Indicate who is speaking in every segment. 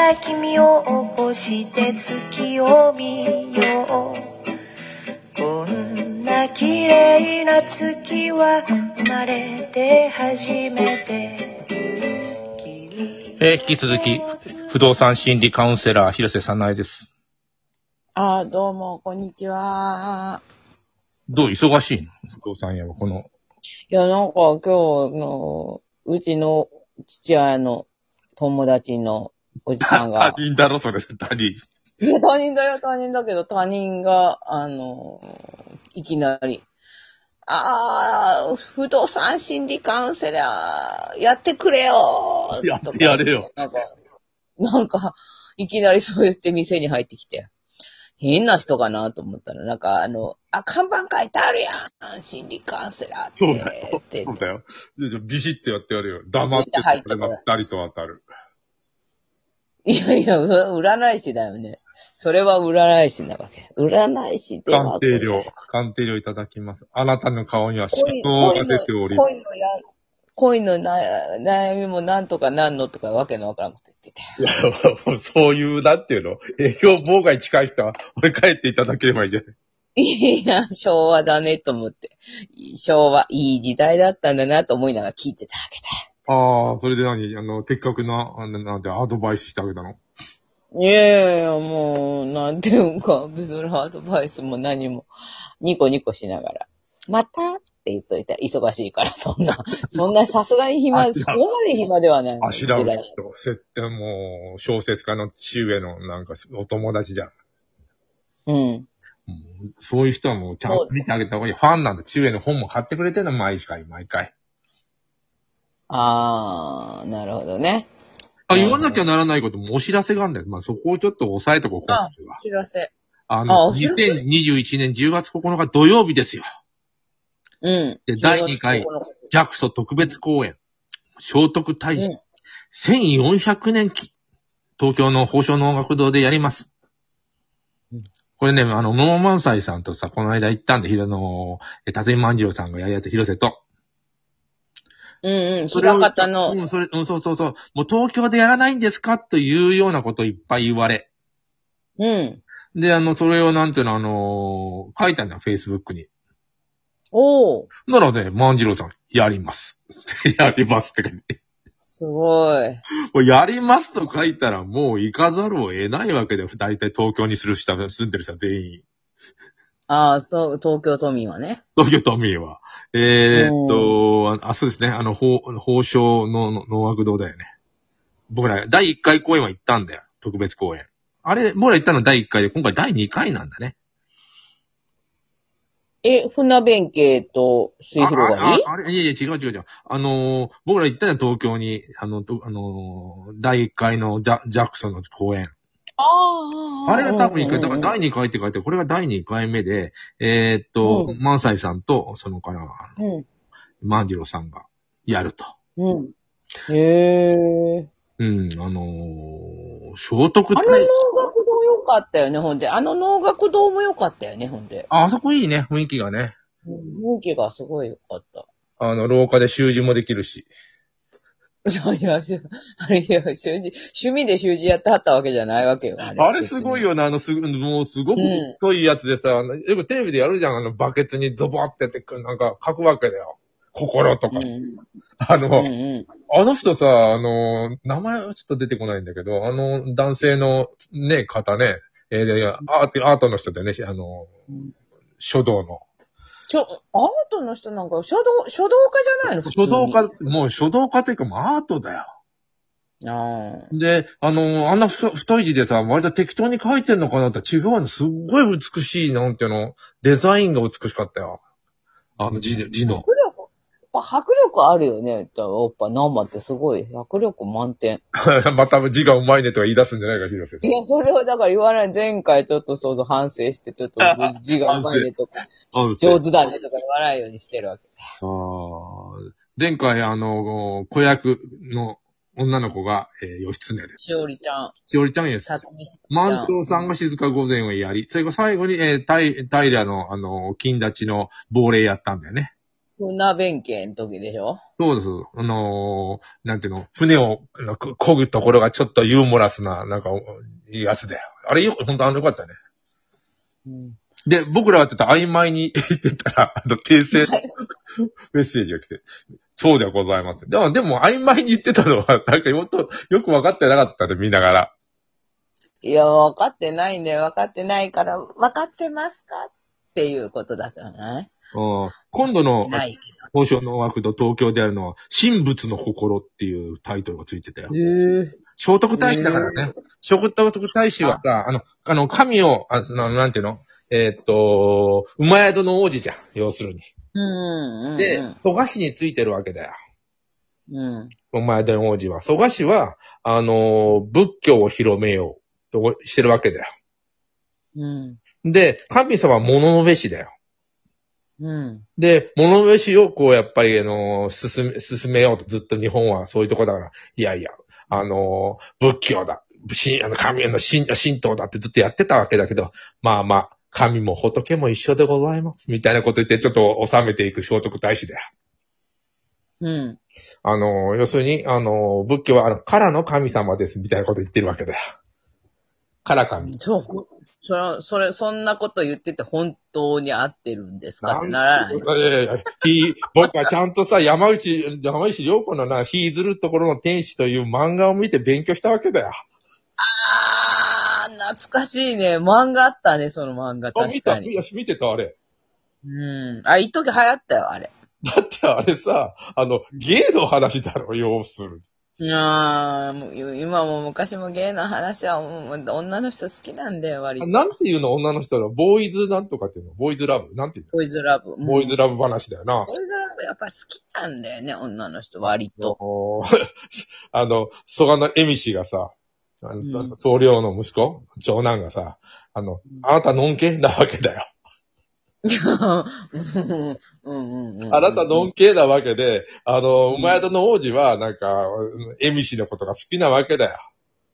Speaker 1: から君を起こして月を見よう。こんな綺麗な月は生まれて初めて。
Speaker 2: 引き続き不動産心理カウンセラー広瀬さなえです。
Speaker 3: どうもこんにちは。
Speaker 2: どう忙しいの不動産屋はこの。
Speaker 3: いやなんか今日のうちの父親の友達のおじさんが。
Speaker 2: 他人だろそれ他人。
Speaker 3: いや他人だよ他人だけど他人がいきなり。不動産心理カウンセラーやってくれよ
Speaker 2: ーやってやれよ。
Speaker 3: なんか、いきなりそう言って店に入ってきて。変な人かなと思ったら、なんか看板書いてあるやん心理カウンセラーって。
Speaker 2: そうだよ。ビシッてやってやるよ。黙ってそれが二人と当たる。
Speaker 3: いやいや、占い師だよね。それは占い師なわけ。占い師では。
Speaker 2: 鑑定料いただきます。あなたの顔には指紋が出ております。
Speaker 3: 恋の悩みもなんとかなんのとかわけのわからんこと言ってて。
Speaker 2: いや、もうそういう、なんていうの営業妨害近い人は、俺帰っていただければいいじゃない。
Speaker 3: いや、昭和だねと思って。昭和、いい時代だったんだなと思いながら聞いてたわけだ。
Speaker 2: それで的確な、なんてアドバイスしてあげたの？
Speaker 3: いやいや、もう、なんていうか、別にアドバイスも何も、ニコニコしながら。またって言っといたら忙しいから、そんなさすがにそこまで暇ではない。
Speaker 2: 知らん人、設定もう、小説家の父上のなんかお友達じゃん。
Speaker 3: うん。
Speaker 2: そういう人はもうちゃんと見てあげた方がいい。ファンなんだ。父上の本も買ってくれてるの、毎回。
Speaker 3: なるほどね。
Speaker 2: 言わなきゃならないこともお知らせがあるんだよ。まあ、そこをちょっと押さえとこう。
Speaker 3: お知らせ。
Speaker 2: 2021年10月9日土曜日ですよ。
Speaker 3: うん。
Speaker 2: で、第2回、JAXO 特別公演、聖徳太子、1400年期、東京の宝生能楽堂でやります。これね、野間萬斎さんとさ、この間行ったんで、辰巳万次郎さんがやるやつ、広瀬と。
Speaker 3: 平方の。
Speaker 2: そう。もう東京でやらないんですかというようなことをいっぱい言われ。で、それをなんていうの、書いたんだよ、Facebook に。なので、万次郎さん、やります。やりますって書いて。
Speaker 3: すごい。
Speaker 2: もうやりますと書いたらもう行かざるを得ないわけだよ。大体東京に住んでる人は全員。
Speaker 3: 東京都民はね。
Speaker 2: 東京都民は。そうですね。宝生の能楽堂だよね。僕ら、第1回公演は行ったんだよ。特別公演。あれ、僕ら行ったの第1回で、今回第2回なんだね。
Speaker 3: 船弁慶と水広がいい？
Speaker 2: いや、違う。僕ら行ったのは東京に、第1回のJAXO の公演。あれが多分1回、だから第2回って書いて、これが第2回目で、萬斎さんと、そのから、万次郎さんがやると。聖徳太子。
Speaker 3: 能楽堂良かったよね、ほんで。能楽堂も良かったよね、ほんで。
Speaker 2: あそこいいね、雰囲気がね。
Speaker 3: 雰囲気がすごい良かった。
Speaker 2: 廊下で習字もできるし。
Speaker 3: 趣味で習字やってはったわけじゃないわけよ。
Speaker 2: あれすごいよな、もうすごく太いやつでさ、よくテレビでやるじゃん、バケツにドボってって、なんか書くわけだよ。心とか。あの人さ、名前はちょっと出てこないんだけど、男性のね、方ね、アートの人でね、書道の。
Speaker 3: アートの人なんか書道家じゃないの？
Speaker 2: もう書道家っていうかもうアートだよ。で、あんな太い字でさ、割と適当に書いてんのかなって違うの、すっごい美しい、なんていうの、デザインが美しかったよ。字の。
Speaker 3: 迫力あるよね。おっぱ生ってすごい迫力満点。
Speaker 2: また字がうまいねとか言い出すんじゃないか、広瀬さん。
Speaker 3: いや、それをだから言わない。前回ちょっと反省して、ちょっと字がうまいねとか、上手だねとか言わないようにしてるわけ。
Speaker 2: 前回子役の女の子が、義経です。
Speaker 3: しおりちゃん
Speaker 2: です。万蔵さんが静か御前をやり、それから最後に、平の金立ちの亡霊やったんだよね。
Speaker 3: 船弁慶の時でしょ？
Speaker 2: そうです。なんていうの、船を漕ぐところがちょっとユーモラスな、なんか、やつだよ。あれほんとよかったね。
Speaker 3: うん。
Speaker 2: で、僕らはちょっと曖昧に言ってたら、訂正メッセージが来て、そうではございません。でも曖昧に言ってたのは、なんかよく分かってなかったで、見ながら。
Speaker 3: いや、分かってないんだよ。分かってないから、分かってますかっていうことだったね。
Speaker 2: 今度の
Speaker 3: ないけ
Speaker 2: 東証の枠と東京であるのは、神仏の心っていうタイトルがついてたよ。
Speaker 3: ど。へ
Speaker 2: 聖徳太子だからね。聖徳太子はさ、神を、なんていうの馬宿の王子じゃん。要するに。で、蘇我氏についてるわけだよ。馬宿の王子は。蘇我氏は、仏教を広めようとしてるわけだよ。で、神様は物部氏だよ。で、物部氏をこう、やっぱり、進めようとずっと日本はそういうとこだから、いやいや、仏教だ。神への神道だってずっとやってたわけだけど、まあまあ、神も仏も一緒でございます。みたいなこと言って、ちょっと収めていく聖徳太子だよ。要するに、仏教は、からの神様です、みたいなこと言ってるわけだよ。から神。
Speaker 3: そんなこと言ってて本当に合ってるんですかってならない？
Speaker 2: 僕はちゃんとさ、山内涼子のな、ひずるところの天使という漫画を見て勉強したわけだよ。
Speaker 3: 懐かしいね。漫画あったね、その漫画。確かに。
Speaker 2: 見てた、あれ。
Speaker 3: 一時流行ったよ、あれ。
Speaker 2: だってあれさ、ゲイの話だろ、要するに。
Speaker 3: 今も昔もゲイの話は女の人好きなんだよ、割と。
Speaker 2: なんていうの、女の人は、ボーイズなんとかっていうの？ボーイズラブなんていうの？
Speaker 3: ボーイズラブ。
Speaker 2: ボーイズラブ話だよな。
Speaker 3: ボーイズラブやっぱり好きなんだよね、女の人、割と。
Speaker 2: 蘇我の恵美氏がさ、総領の息子長男がさ、あなたのんけなわけだよ。あなたのんけなわけで、馬宿の王子は、なんか、恵美氏のことが好きなわけだよ。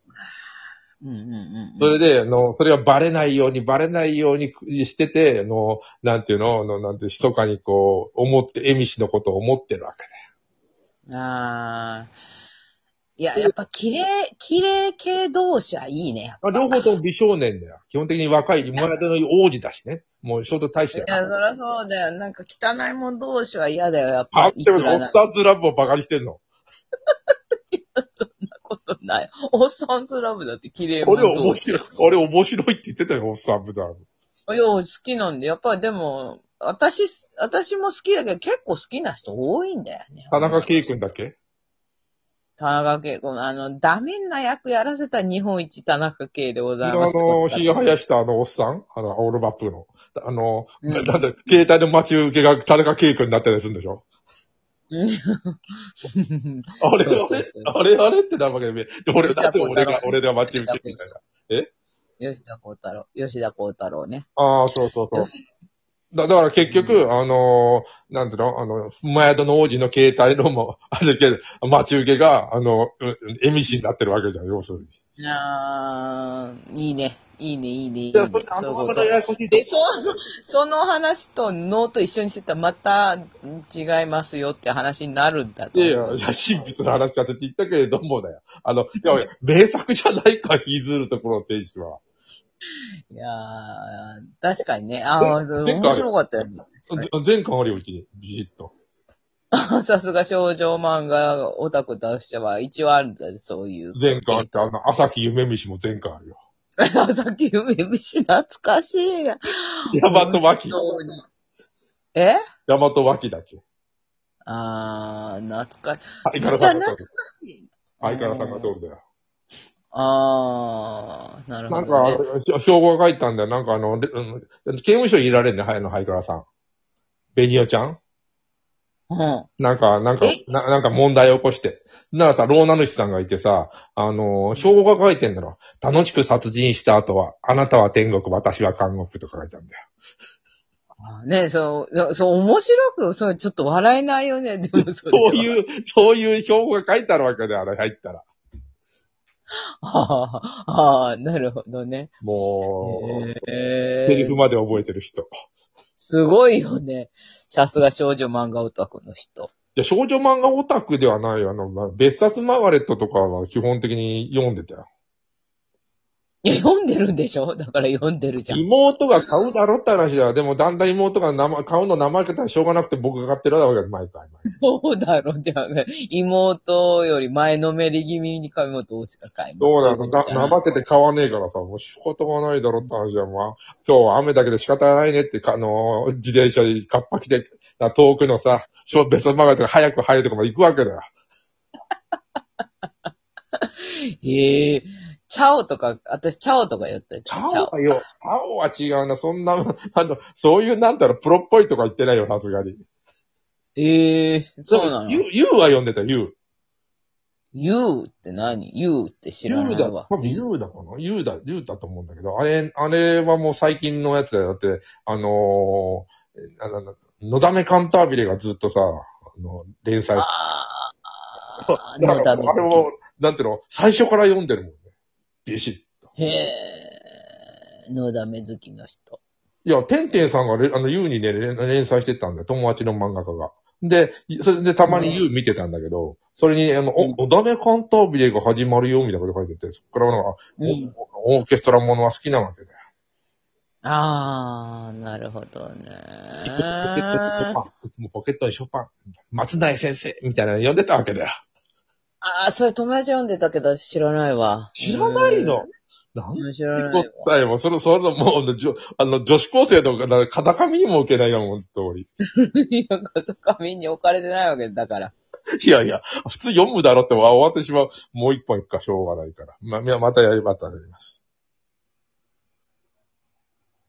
Speaker 2: それで、それがバレないようにしてて、なんていうの、密かにこう、恵美氏のことを思ってるわけだよ。
Speaker 3: いや、やっぱ綺麗系同士はいいね。
Speaker 2: 両方とも美少年だよ。基本的に若い馬宿の王子だしね。もう聖徳太子だよ。
Speaker 3: いや、そりゃそうだよ。なんか汚いもん同士は嫌だよ、やっ
Speaker 2: あ
Speaker 3: ぱ。
Speaker 2: ってもおっさんずラブをバカにしてんの。
Speaker 3: そんなことない。おっさんずラブだって綺麗もん同士。
Speaker 2: 俺面白いって言ってたよ、おっさんずラブ。
Speaker 3: いや、好きなんで。やっぱりでも、私も好きだけど、結構好きな人多いんだよね。
Speaker 2: 田中圭君だっけ？
Speaker 3: 田中圭君、ダメな役やらせた日本一田中圭でございます。
Speaker 2: ひげ生やしたおっさんオールバップの。なんで、携帯の待ち受けが田中圭君になったりするんでしょ？あれってなわけで、俺が待ち受けみたいな。
Speaker 3: 吉田鋼太郎ね。
Speaker 2: そう。だから結局、なんていうの馬宿の王子の携帯のも、あれけど、待ち受けが、エミシになってるわけじゃん、要するに。
Speaker 3: いいね。そういうこと。で、その話と能と一緒にしてたらまた違いますよって話になるんだと。
Speaker 2: いや、神仏の話かって言ったけれどもだよ。名作じゃないか、引きずるところの天使は。
Speaker 3: いやー、確かにね。面白かったよね。
Speaker 2: 前巻あるよ、うちに。ビシッと。
Speaker 3: さすが少女漫画オタクとしては一応あるんだよ、そういう。
Speaker 2: 前巻あって、朝木夢飯も前巻あるよ。
Speaker 3: 朝木夢飯懐かしいな。
Speaker 2: 大和脇。
Speaker 3: 大
Speaker 2: 和脇だっけ。
Speaker 3: 懐かしい。
Speaker 2: 相原さんが
Speaker 3: 懐かしい。
Speaker 2: 相原さんが通るだよ。
Speaker 3: なるほど、ね。
Speaker 2: なんか、標語が書いたんだよ。なんか刑務所にいられんね、相原さん。ベニオちゃんなんか問題を起こして。ならさ、老名主さんがいてさ、標語が書いてんだろ。楽しく殺人した後は、あなたは天国、私は監獄とか書いてあるんだよ。
Speaker 3: ねそう、面白く、ちょっと笑えないよね、でも
Speaker 2: そういう標語が書いてあるわけだよ、あれ入ったら。
Speaker 3: なるほどね。
Speaker 2: もう、セリフまで覚えてる人。
Speaker 3: すごいよね。 さすが少女漫画オタクの人。
Speaker 2: いや、少女漫画オタクではないよ。別冊マーガレットとかは基本的に読んでたよ。
Speaker 3: いや、読んでるんでしょ？だから読んでるじゃん。
Speaker 2: 妹が買うだろって話だよ。でもだんだん妹が買うの怠けたらしょうがなくて僕が買ってるわけだ、毎回。
Speaker 3: そうだろ、じゃあ、妹より前のめり気味に髪元大しか買います。
Speaker 2: そうなの。怠けて買わねえからさ、もう仕事がないだろって話だよ。まあ、今日は雨だけで仕方ないねって、自転車にカッパ着て、遠くのさ、別のマガジンが早く入るとこまで行くわけだよ。
Speaker 3: へえ。チャオとか、私チャオとか言って
Speaker 2: チャオは違うな。そんな、そういうなんだろう、プロっぽいとか言ってないよ、さすがに。
Speaker 3: そうなの？
Speaker 2: ユーは読んでた、ユー。
Speaker 3: ユーって何？ユーって知らないわ。
Speaker 2: ユーだかな？ユーだと思うんだけど、あれはもう最近のやつだよ。だって、のだめカンタービレがずっとさ、連載して。のだめ好き。あれも、なんていうの、最初から読んでるもんね。ビシッと。
Speaker 3: へー。のだめ好きの人。
Speaker 2: いや、てんてんさんがユーにね、連載してたんだよ。友達の漫画家が。で、それでたまにユー見てたんだけど、それに、のだめカンタービレが始まるよ、みたいなこと書いてて、そこからなんか、オーケストラものは好きなわけだよ。
Speaker 3: なるほどね。
Speaker 2: いつもポケットにショパン、松内先生、みたいなの読んでたわけだよ。
Speaker 3: それ友達読んでたけど知らないわ。
Speaker 2: 知らないの？
Speaker 3: なん知らないわ。
Speaker 2: だよ、それもう、女子高生とか、肩紙にも受けないよ、もう、通り。
Speaker 3: いや、肩紙に置かれてないわけだから。
Speaker 2: いやいや、普通読むだろって終わってしまう。もう一本いくかしょうがないから。またやります。